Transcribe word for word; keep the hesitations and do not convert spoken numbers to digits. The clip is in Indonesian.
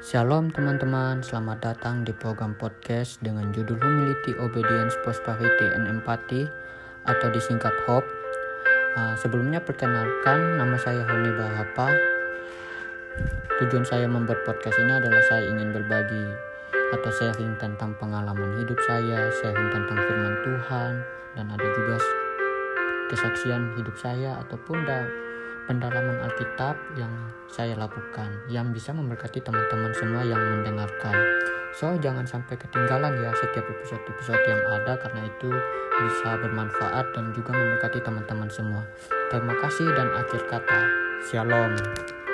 Shalom teman-teman, selamat datang di program podcast dengan judul Humility, Obedience, Prosperity, and Empathy atau disingkat HOP. Uh, sebelumnya perkenalkan, nama saya Honi Bahapa. Tujuan saya membuat podcast ini adalah saya ingin berbagi atau sharing tentang pengalaman hidup saya, sharing tentang firman Tuhan, dan ada juga kesaksian hidup saya ataupun da- pendalaman Alkitab yang saya lakukan yang bisa memberkati teman-teman semua yang mendengarkan. So jangan sampai ketinggalan ya setiap episode-episode yang ada, karena itu bisa bermanfaat dan juga memberkati teman-teman semua. Terima kasih dan akhir kata, Shalom.